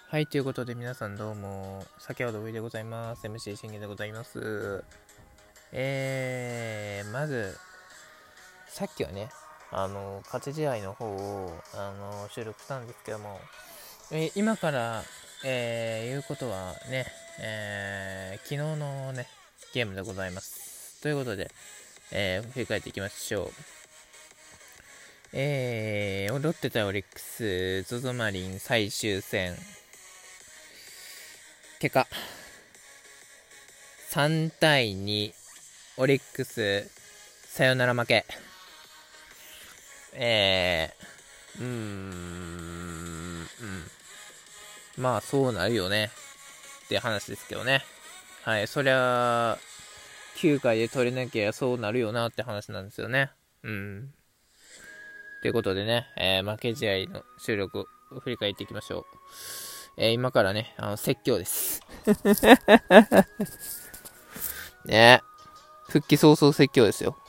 はい、ということで皆さんどうも、先ほど上でございます。MC 信玄でございます。まず、さっきはね、勝ち試合の方を、収録したんですけども、今から、言うことはね、昨日のね、ゲームでございます。ということで、振り返っていきましょう。ロッテ対オリックス、ZOZO マリン最終戦、結果、3対2、オリックス、サヨナラ負け。まあ、そうなるよね。って話ですけどね。はい、そりゃ、9回で取れなきゃそうなるよなって話なんですよね。ということでね、負け試合の収録を振り返っていきましょう。今からね、説教です。ね、復帰早々説教ですよ。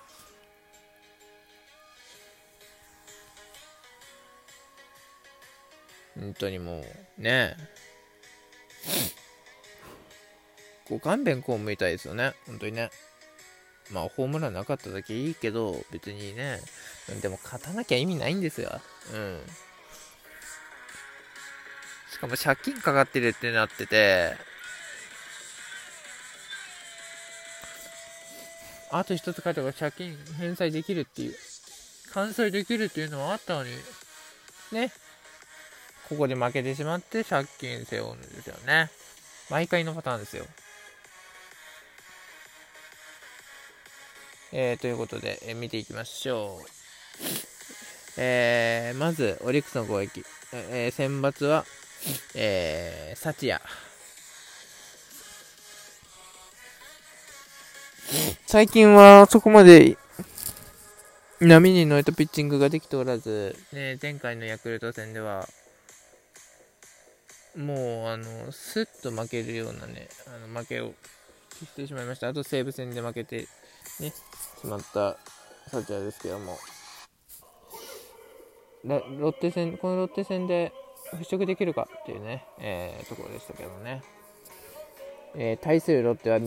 本当にもう、ねこう勘弁こう向いたいですよね。本当にね。まあ、ホームランなかっただけいいけど、別にね、でも勝たなきゃ意味ないんですよ。しかも借金かかってるってなってて、あと一つ勝てば借金返済できるっていう、完済できるっていうのはあったのに、ね。ここで負けてしまって借金背負うんですよね。毎回のパターンですよ。ということで、見ていきましょう。まず、オリックスの攻撃。選抜は、サチヤ。最近はそこまで波に乗れたピッチングができておらず、ね、前回のヤクルト戦では、もう、スッと負けるようなね、負けをしてしまいました。あと西武戦で負けて、ね、しまったサチヤですけども、このロッテ戦で払拭できるかっていうね、ところでしたけどね。対するロッテは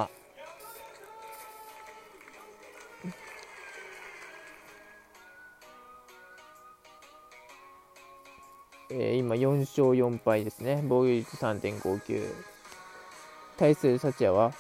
今4勝4敗ですね。防御率 3.59。対するサチヤは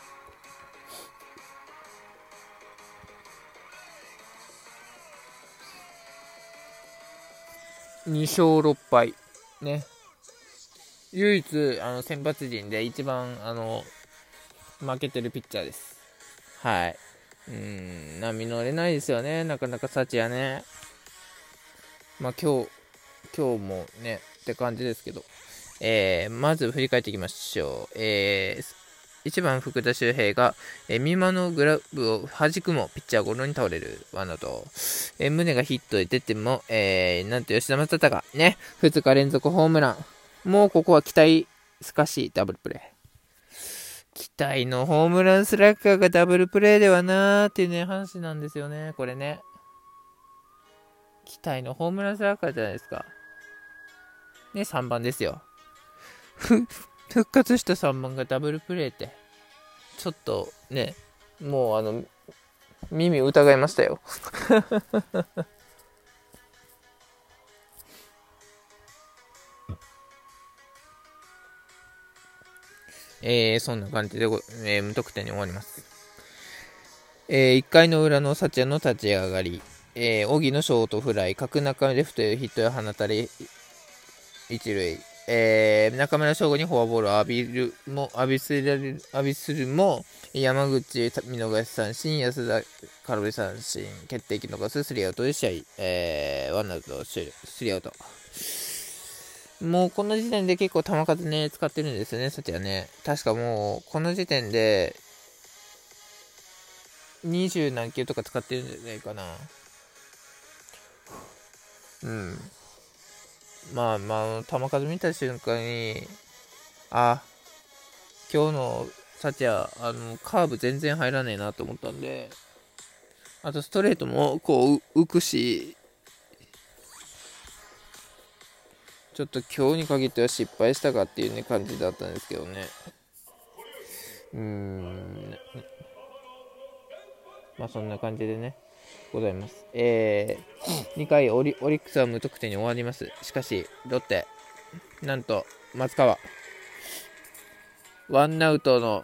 2勝6敗。ね。唯一、先発陣で一番、負けてるピッチャーです。はい。波乗れないですよね。なかなかサチヤね。まあ今日もね、って感じですけど。まず振り返っていきましょう。1番福田周平が、美馬のグラブを弾くもピッチャーゴロに倒れるワンアウト。宗がヒットで出ても、なんと吉田正尚ね、2日連続ホームラン。もうここは期待すかしいダブルプレー。期待のホームランスラッガーがダブルプレーではなーっていうね、話なんですよね、これね。期待のホームランスラッガーじゃないですか。ね、3番ですよ。復活した3番がダブルプレーって、ちょっとね、もう耳疑いましたよ。そんな感じで無得点に終わります。1回の裏のサチヤの立ち上がり、荻のショートフライ、角中レフトへヒットを放たれ、一塁、中村翔吾にフォアボールを浴びするも、山口見逃し三振、安田空振り三振、決定機逃すスリーアウトで試合、ワンアウト終了、スリーアウト。もうこの時点で結構球数ね、使ってるんですよね、サチはね。確かもう、この時点で、20何球とか使ってるんじゃないかな。まあ、球数見た瞬間に、今日のサチはカーブ全然入らねえなと思ったんで、あとストレートもこう浮くし、 ちょっと今日に限っては失敗したかっていうね感じだったんですけどね。まあそんな感じでねございます。2回オリックスは無得点に終わります。しかしロッテなんと松川ワンアウトの、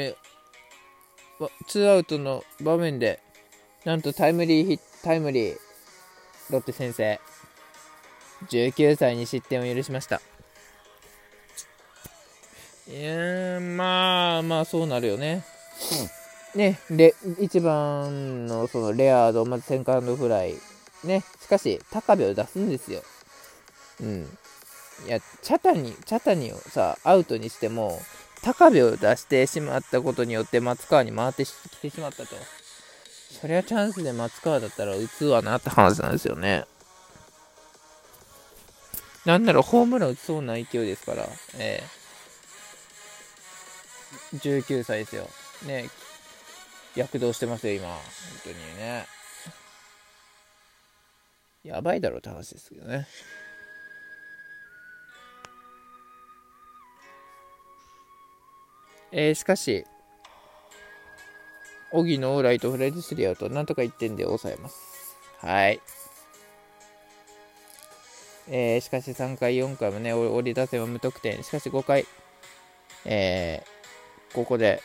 ツーアウトの場面でなんとタイムリーロッテ先制。19歳に失点を許しました。まあそうなるよね。ね、1番のそのレアード、まずセカンドフライ。ね、しかし、高部を出すんですよ。いや、茶谷をさ、アウトにしても、高部を出してしまったことによって松川に回ってきてしまったと。そりゃチャンスで松川だったら打つわなって話なんですよね。なんならホームラン打ちそうな勢いですから、19歳ですよ。ね、躍動してますよ、今。本当にね。やばいだろうって話ですけどね。しかし、荻野ライトフライでスリーアウト、なんとか1点で抑えます。はい。しかし3回、4回もね、折り出せは無得点。しかし5回、ここで、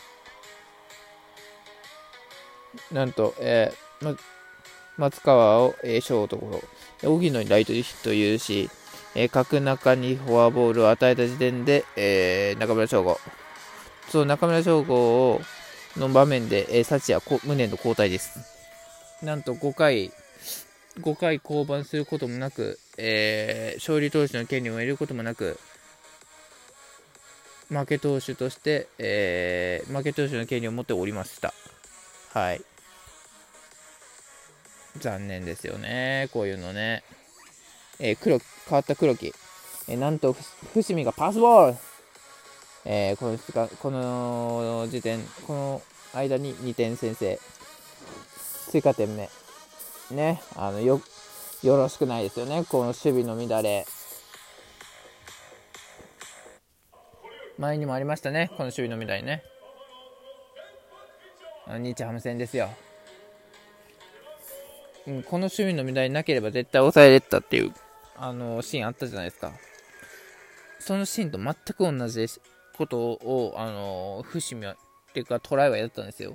なんと、松川を、ショートゴロ、荻野にライトでヒットを許し、角中にフォアボールを与えた時点で、中村奨吾。そう、中村奨吾の場面で、幸也無念の交代です。なんと5回降板することもなく、勝利投手の権利を得ることもなく、負け投手として、負け投手の権利を持っておりました。はい。残念ですよね、こういうのね。変わった黒木。なんと、伏見がパスボール。この時点、この間に2点先制。追加点目。ね、よろしくないですよね、この守備の乱れ。前にもありましたね、この守備の乱れね。日ハム戦ですよ。この守備の乱れなければ絶対抑えれたっていうシーンあったじゃないですか。そのシーンと全く同じことを伏見っていうかトライはやったんですよ。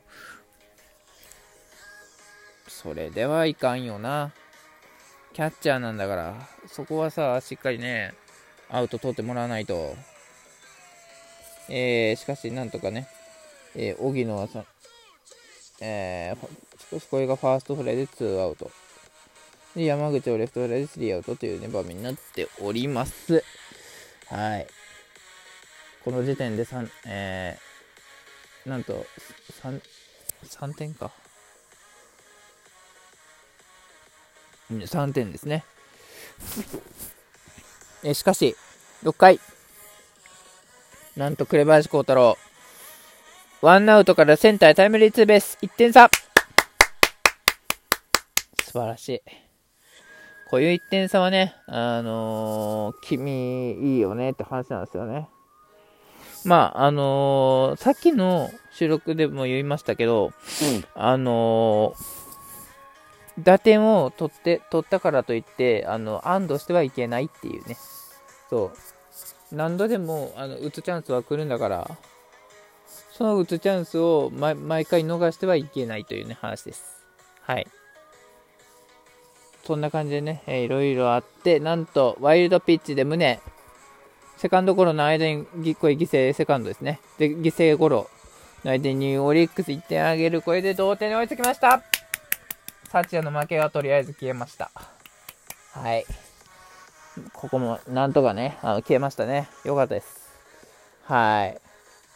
それではいかんよな。キャッチャーなんだからそこはさしっかりねアウト取ってもらわないと。しかしなんとかね、荻野はさ、これがファーストフライで2アウトで、山口をレフトフライで3アウトという、ね、場面になっております。はい。この時点でなんと3点か。3点ですね。しかし、6回。なんと紅林弘太郎。ワンアウトからセンタータイムリーツーベース。1点差。素晴らしい。こういう1点差はね、君いいよねって話なんですよね。まあ、さっきの収録でも言いましたけど、打点を取ったからといって、安堵してはいけないっていうね。そう。何度でも、打つチャンスは来るんだから、その打つチャンスを、毎回逃してはいけないというね、話です。はい。そんな感じでね、いろいろあって、なんと、ワイルドピッチで宗、セカンドゴロの間に、これ犠牲セカンドですね。で、犠牲ゴロの間にオリックス1点あげる。これで同点に追いつきました。幸也の負けはとりあえず消えました。はい。ここもなんとかね、消えましたね。よかったです。はい。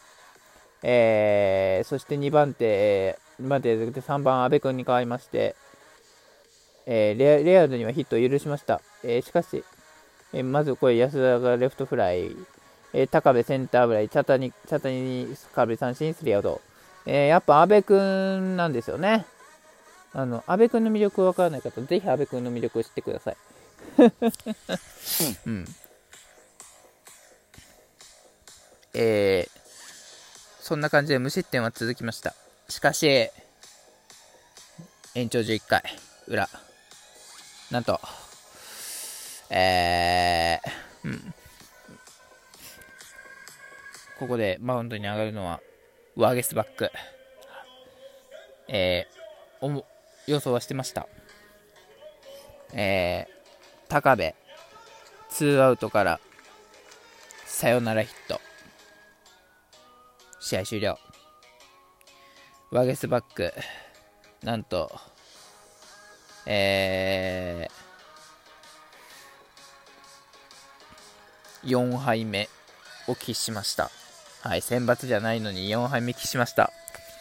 そして2番手、3番阿部君に変わりまして、レアードにはヒットを許しました。しかし、まずこれ安田がレフトフライ、高部センターフライ、茶谷に空振り三振、スリーアウト。やっぱ阿部君なんですよね。阿部君の魅力わからない方、ぜひ阿部君の魅力を知ってください。 そんな感じで無失点は続きました。しかし、延長11回裏、なんと、ここでマウンドに上がるのはワゲスバック。予想はしてました。高部、ツーアウトからサヨナラヒット、試合終了。ワゲスバック、なんと、4敗目を喫しました。はい、選抜じゃないのに4敗目喫しました。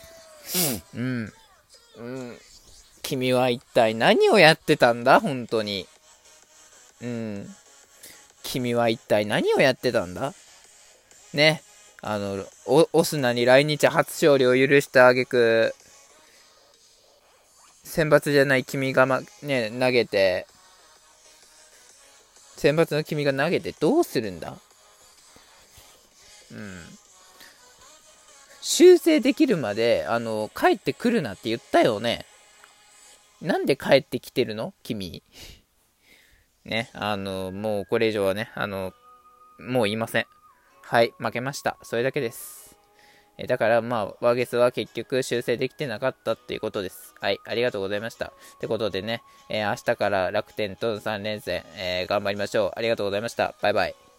君は一体何をやってたんだ、本当に。君は一体何をやってたんだね。オスナに来日初勝利を許した挙句、選抜じゃない君が投げて、選抜の君が投げてどうするんだ？修正できるまで、帰ってくるなって言ったよね。なんで帰ってきてるの君。ね、もうこれ以上はね、もう言いません。はい、負けました。それだけです。だからワゲスは結局修正できてなかったっていうことです。はい、ありがとうございました。ってことでね、明日から楽天との3連戦、頑張りましょう。ありがとうございました。バイバイ。